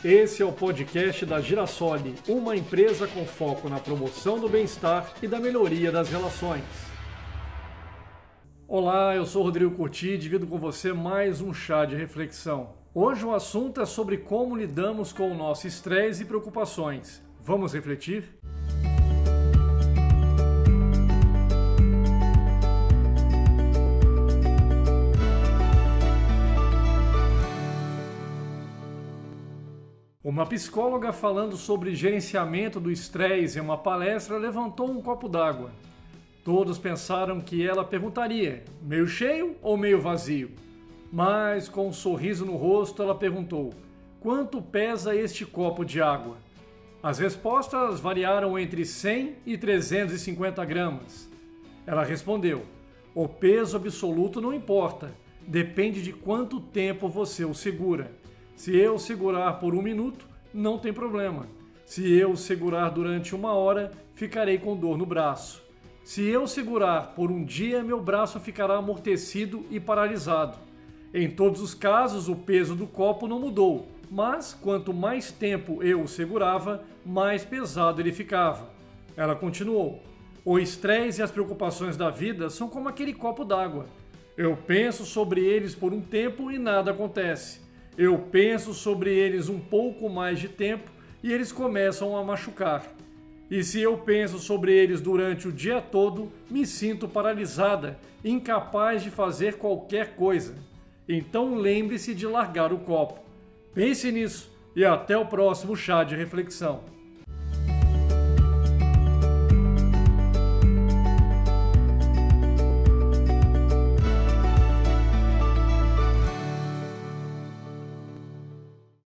Esse é o podcast da Girassoli, uma empresa com foco na promoção do bem-estar e da melhoria das relações. Olá, eu sou Rodrigo Curti e divido com você mais um chá de reflexão. Hoje o assunto é sobre como lidamos com o nosso estresse e preocupações. Vamos refletir? Uma psicóloga falando sobre gerenciamento do estresse em uma palestra levantou um copo d'água. Todos pensaram que ela perguntaria, meio cheio ou meio vazio? Mas, com um sorriso no rosto, ela perguntou, quanto pesa este copo de água? As respostas variaram entre 100 e 350 gramas. Ela respondeu, o peso absoluto não importa, depende de quanto tempo você o segura. Se eu segurar por 1 minuto, não tem problema. Se eu segurar durante 1 hora, ficarei com dor no braço. Se eu segurar por 1 dia, meu braço ficará amortecido e paralisado. Em todos os casos, o peso do copo não mudou, mas quanto mais tempo eu o segurava, mais pesado ele ficava. Ela continuou. O estresse e as preocupações da vida são como aquele copo d'água. Eu penso sobre eles por um tempo e nada acontece. Eu penso sobre eles um pouco mais de tempo e eles começam a machucar. E se eu penso sobre eles durante o dia todo, me sinto paralisada, incapaz de fazer qualquer coisa. Então lembre-se de largar o copo. Pense nisso e até o próximo chá de reflexão.